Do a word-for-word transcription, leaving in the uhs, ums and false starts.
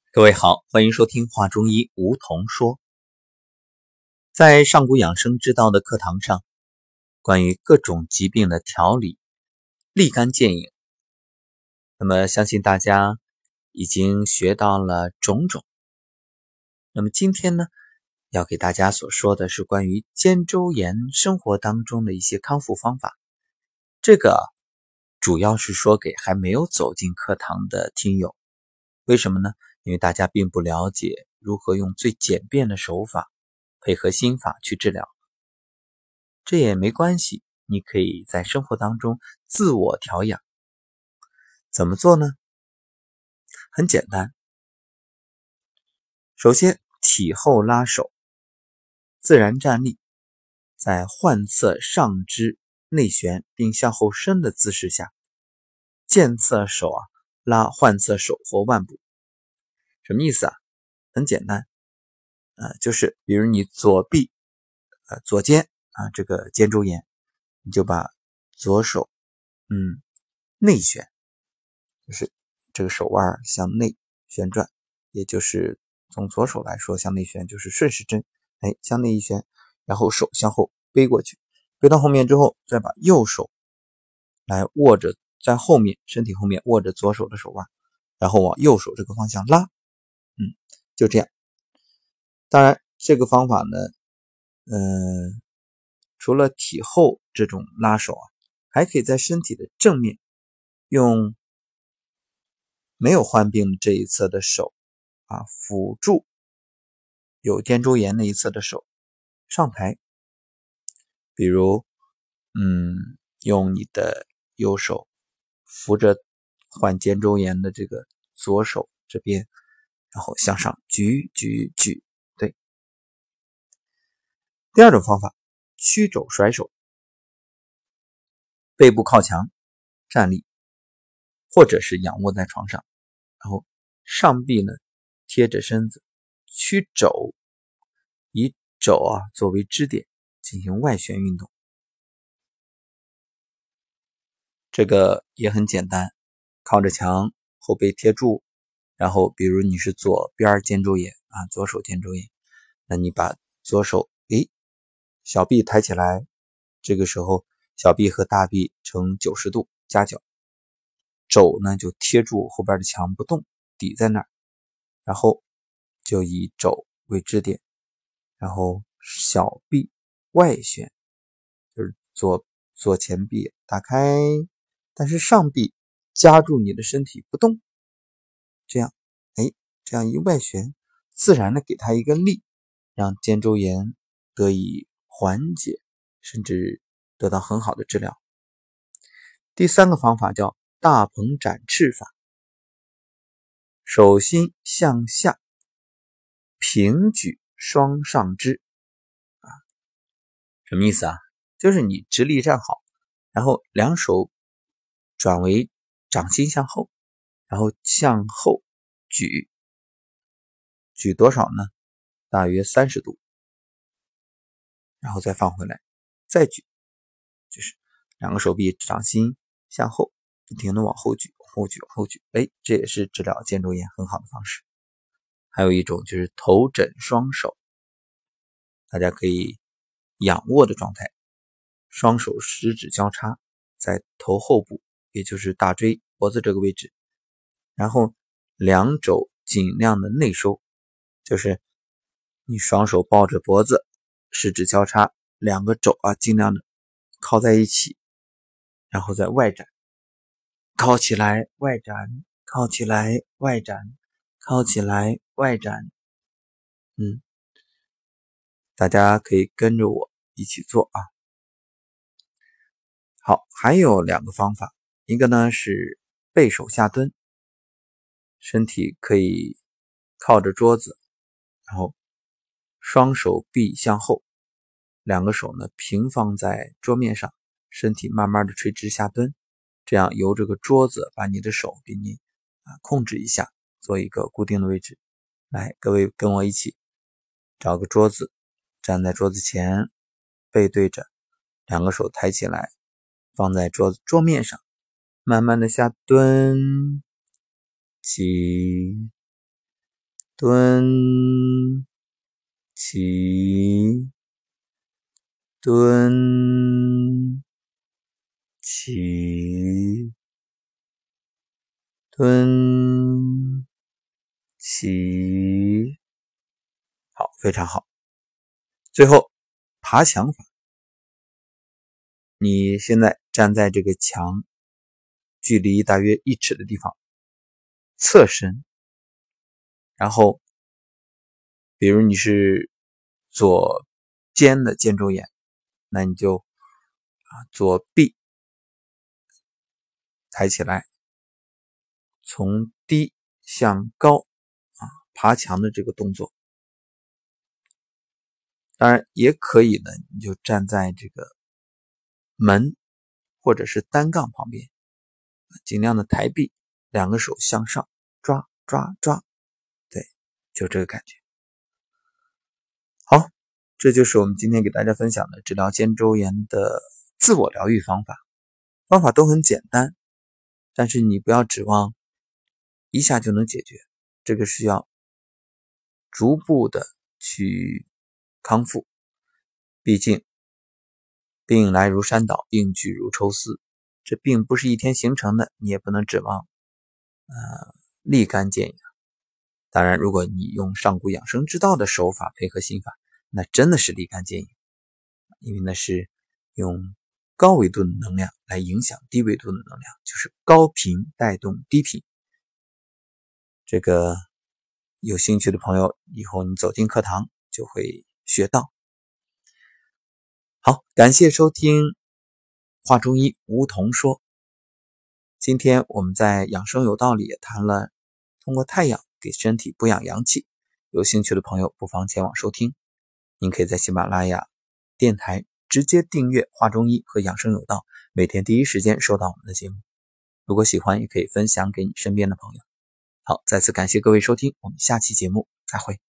各位好，欢迎收听话中医梧桐说。在上古养生之道的课堂上，关于各种疾病的调理立竿见影。那么相信大家已经学到了种种。那么今天呢，要给大家所说的是关于肩周炎生活当中的一些康复方法。这个主要是说给还没有走进课堂的听友。为什么呢？因为大家并不了解如何用最简便的手法配合心法去治疗。这也没关系，你可以在生活当中自我调养。怎么做呢？很简单。首先，体后拉手，自然站立，在患侧上肢内旋并向后伸的姿势下，健侧手啊拉患侧手或腕部。什么意思啊？很简单，呃，就是比如你左臂、呃左肩啊，这个肩周炎，你就把左手，嗯，内旋，就是这个手腕向内旋转，也就是从左手来说向内旋，就是顺时针，哎，向内一旋，然后手向后背过去，背到后面之后，再把右手来握着在后面身体后面握着左手的手腕，然后往右手这个方向拉，嗯，就这样。当然这个方法呢，嗯，除了体后这种拉手啊，还可以在身体的正面用没有患病这一侧的手啊，辅助有肩周炎那一侧的手上抬。比如嗯，用你的右手扶着患肩周炎的这个左手这边，然后向上举举举。对。第二种方法，曲肘甩手，背部靠墙站立，或者是仰卧在床上，然后上臂呢贴着身子，曲肘，以肘啊作为支点进行外旋运动。这个也很简单，靠着墙，后背贴住，然后比如你是左边肩周炎啊，左手肩周炎，那你把左手诶小臂抬起来，这个时候小臂和大臂呈九十度夹角，肘呢就贴住后边的墙不动，抵在那儿，然后就以肘为支点，然后小臂外旋，就是左左前臂打开，但是上臂夹住你的身体不动，这样，哎，这样一外旋，自然的给它一个力，让肩周炎得以缓解，甚至得到很好的治疗。第三个方法叫大鹏展翅法，手心向下，平举双上肢，啊，什么意思啊？就是你直立站好，然后两手转为掌心向后，然后向后举，举多少呢？大约三十度，然后再放回来，再举，就是两个手臂掌心向后，不停的往后举，后举，后举，哎，这也是治疗肩周炎很好的方式。还有一种就是头枕双手，大家可以仰卧的状态，双手食指交叉在头后部，也就是大椎脖子这个位置，然后两肘尽量的内收，就是你双手抱着脖子，食指交叉，两个肘啊尽量的靠在一起，然后再外展，靠起来外展，靠起来外展，靠起来外展。嗯，大家可以跟着我一起做啊。好，还有两个方法，一个呢是背手下蹲，身体可以靠着桌子，然后双手臂向后，两个手呢平放在桌面上，身体慢慢的垂直下蹲，这样由这个桌子把你的手给你啊控制一下，做一个固定的位置。来，各位跟我一起找个桌子，站在桌子前，背对着，两个手抬起来，放在桌子桌面上，慢慢的下蹲，起， 蹲起，蹲起，蹲起。好，非常好。最后，爬墙法。你现在站在这个墙距离大约一尺的地方，侧身，然后比如你是左肩的肩周炎，那你就啊左臂抬起来，从低向高啊爬墙的这个动作。当然也可以呢，你就站在这个门或者是单杠旁边，尽量的抬臂，两个手向上抓抓抓，对，就这个感觉。好，这就是我们今天给大家分享的治疗肩周炎的自我疗愈方法。方法都很简单，但是你不要指望一下就能解决，这个是要逐步的去康复。毕竟病来如山倒，病去如抽丝，这病不是一天形成的，你也不能指望呃立竿见影。当然如果你用上古养生之道的手法配合心法，那真的是立竿见影，因为那是用高维度的能量来影响低维度的能量，就是高频带动低频。这个有兴趣的朋友，以后你走进课堂就会学到。好，感谢收听话中医梧桐说。今天我们在养生有道里也谈了通过太阳给身体补养阳气，有兴趣的朋友不妨前往收听。您可以在喜马拉雅电台直接订阅话中医和养生有道，每天第一时间收到我们的节目。如果喜欢也可以分享给你身边的朋友。好，再次感谢各位收听，我们下期节目再会。